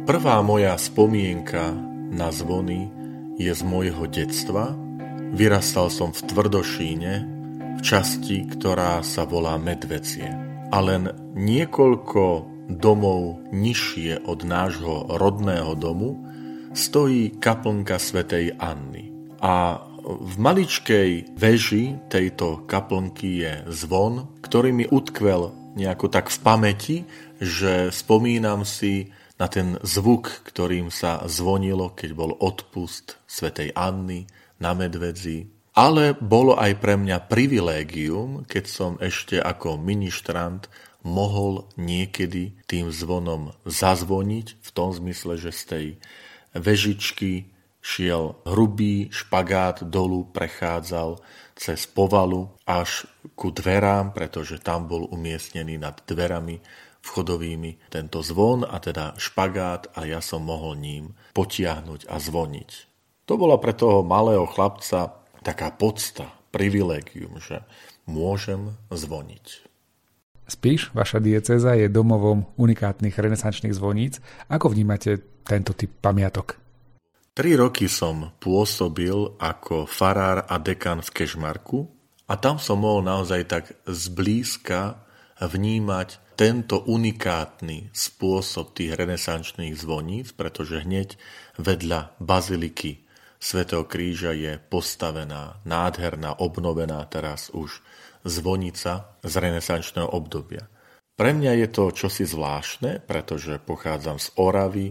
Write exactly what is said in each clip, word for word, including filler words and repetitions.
Prvá moja spomienka na zvony je z môjho detstva. Vyrastal som v Tvrdošíne, v časti, ktorá sa volá Medvecie. A len niekoľko domov nižšie od nášho rodného domu stojí kaplnka svätej Anny. A v maličkej veži tejto kaplnky je zvon, ktorý mi utkvel nejako tak v pamäti, že spomínam si na ten zvuk, ktorým sa zvonilo, keď bol odpust svätej Anny na Medvedzi. Ale bolo aj pre mňa privilégium, keď som ešte ako ministrant mohol niekedy tým zvonom zazvoniť, v tom zmysle, že z tej vežičky šiel hrubý špagát dolu, prechádzal cez povalu až ku dverám, pretože tam bol umiestnený nad dverami vchodovými tento zvon, a teda špagát, a ja som mohol ním potiahnuť a zvoniť. To bola pre toho malého chlapca taká podsta, privilégium, že môžem zvoniť. Spiš, vaša diecéza je domovom unikátnych renesančných zvoníc. Ako vnímate tento typ pamiatok? Tri roky som pôsobil ako farár a dekan v Kežmarku a tam som mohol naozaj tak zblízka vnímať tento unikátny spôsob tých renesančných zvoníc, pretože hneď vedľa baziliky Svätého Kríža je postavená, nádherná, obnovená teraz už zvonica z renesančného obdobia. Pre mňa je to čosi zvláštne, pretože pochádzam z Oravy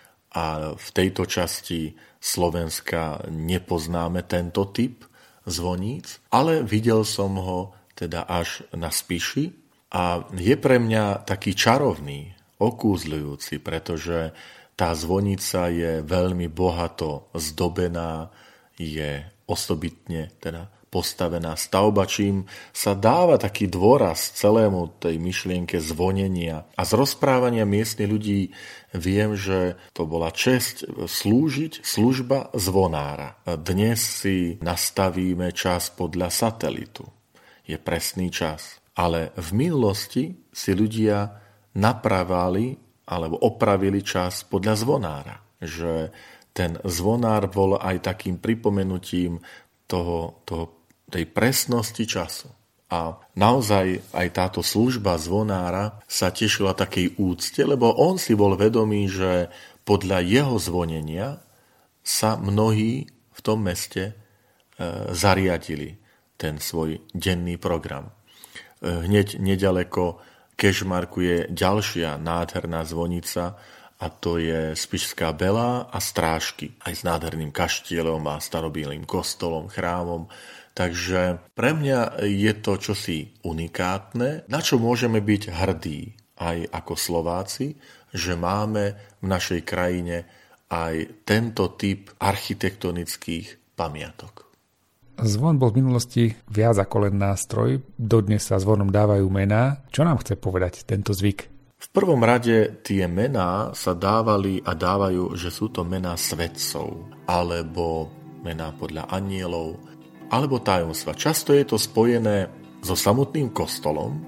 a v tejto časti Slovenska nepoznáme tento typ zvoníc, ale videl som ho teda až na Spiši a je pre mňa taký čarovný, okúzľujúci, pretože tá zvonica je veľmi bohato zdobená, je osobitne teda postavená stavba, čím sa dáva taký dôraz celému tej myšlienke zvonenia. A z rozprávania miestnych ľudí viem, že to bola česť slúžiť, služba zvonára. Dnes si nastavíme čas podľa satelitu. Je presný čas. Ale v minulosti si ľudia napravali alebo opravili čas podľa zvonára. Že ten zvonár bol aj takým pripomenutím toho, toho, tej presnosti času. A naozaj aj táto služba zvonára sa tešila takej úcte, lebo on si bol vedomý, že podľa jeho zvonenia sa mnohí v tom meste e, zariadili ten svoj denný program. E, hneď nedaleko Kežmarku je ďalšia nádherná zvonica a to je Spišská Belá a Strážky. Aj s nádherným kaštielom a starobylým kostolom, chrámom. Takže pre mňa je to čosi unikátne, na čo môžeme byť hrdí aj ako Slováci, že máme v našej krajine aj tento typ architektonických pamiatok. Zvon bol v minulosti viac ako len nástroj, dodnes sa zvonom dávajú mená. Čo nám chce povedať tento zvyk? V prvom rade tie mená sa dávali a dávajú, že sú to mená svätcov, alebo mená podľa anjelov, alebo tajomstva. Často je to spojené so samotným kostolom,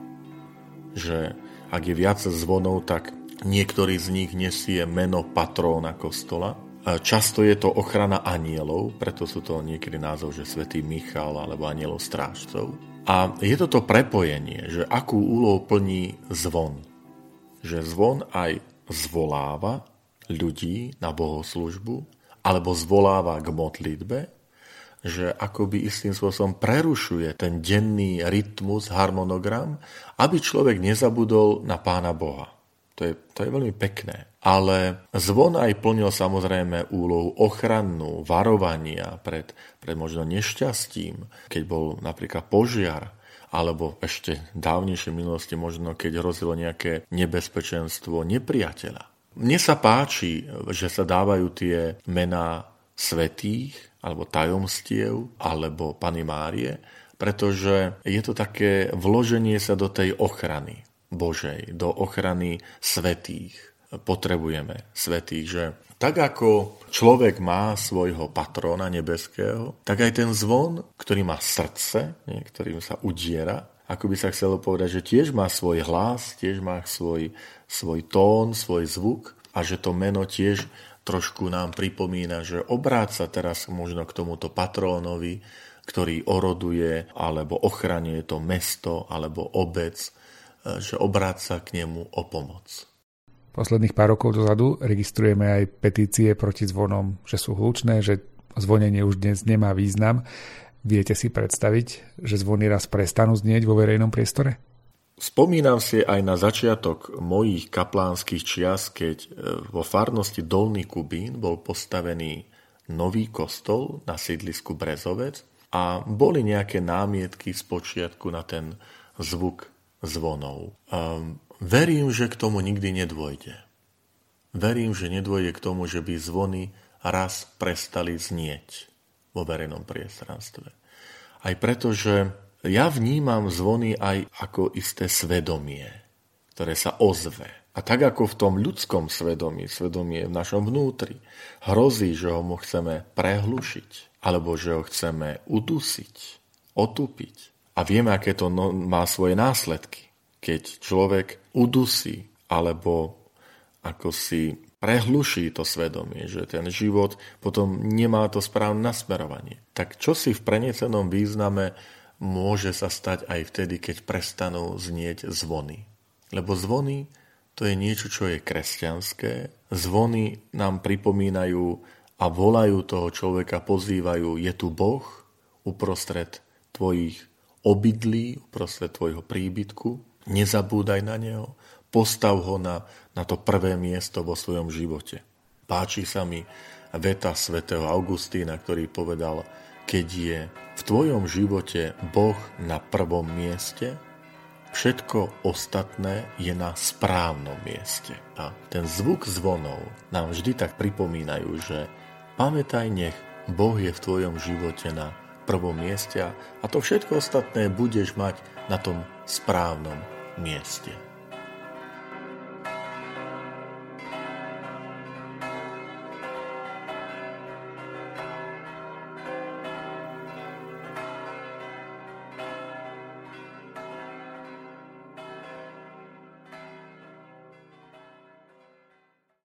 že ak je viac zvonov, tak niektorý z nich nesie meno patróna kostola. Často je to ochrana anjelov, preto sú to niekedy názov, že svätý Michal alebo anjelov strážcov. A je to to prepojenie, že akú úlohu plní zvon. Že zvon aj zvoláva ľudí na bohoslúžbu, alebo zvoláva k modlitbe, že akoby istým spôsobom prerušuje ten denný rytmus, harmonogram, aby človek nezabudol na Pána Boha. To je, to je veľmi pekné. Ale zvon aj plnil samozrejme úlohu ochrannú, varovania pred, pred možno nešťastím, keď bol napríklad požiar, alebo ešte dávnejšie minulosti možno, keď hrozilo nejaké nebezpečenstvo nepriateľa. Mne sa páči, že sa dávajú tie mená svätých, alebo tajomstiev, alebo Panny Márie, pretože je to také vloženie sa do tej ochrany Božej, do ochrany svätých. Potrebujeme svätých, že tak ako človek má svojho patróna nebeského, tak aj ten zvon, ktorý má srdce, ktorým sa udiera, ako by sa chcelo povedať, že tiež má svoj hlas, tiež má svoj, svoj tón, svoj zvuk. a že to meno tiež trošku nám pripomína, že obráť sa teraz možno k tomuto patrónovi, ktorý oroduje alebo ochraňuje to mesto alebo obec, že obráť sa k nemu o pomoc. Posledných pár rokov dozadu registrujeme aj petície proti zvonom, že sú hlučné, že zvonenie už dnes nemá význam. Viete si predstaviť, že zvony raz prestanú znieť vo verejnom priestore? Spomínam si aj na začiatok mojich kaplánskych čias, keď vo farnosti Dolný Kubín bol postavený nový kostol na sídlisku Brezovec a boli nejaké námietky z počiatku na ten zvuk zvonov. Um, verím, že k tomu nikdy nedôjde. Verím, že nedôjde k tomu, že by zvony raz prestali znieť vo verejnom priestranstve. Aj preto, že ja vnímam zvony aj ako isté svedomie, ktoré sa ozve. A tak ako v tom ľudskom svedomí, svedomie v našom vnútri, hrozí, že ho chceme prehlušiť, alebo že ho chceme udusiť, otupiť. A vieme, aké to no, má svoje následky. Keď človek udusí, alebo ako si prehluší to svedomie, že ten život potom nemá to správne nasmerovanie. Tak čo si v prenesenom význame môže sa stať aj vtedy, keď prestanú znieť zvony. Lebo zvony to je niečo, čo je kresťanské. Zvony nám pripomínajú a volajú toho človeka, pozývajú, je tu Boh uprostred tvojich obydlí, uprostred tvojho príbytku. Nezabúdaj na neho, postav ho na, na to prvé miesto vo svojom živote. Páči sa mi veta svätého Augustína, ktorý povedal, keď je v tvojom živote Boh na prvom mieste, všetko ostatné je na správnom mieste. A ten zvuk zvonov nám vždy tak pripomínajú, že pamätaj, nech Boh je v tvojom živote na prvom mieste a to všetko ostatné budeš mať na tom správnom mieste.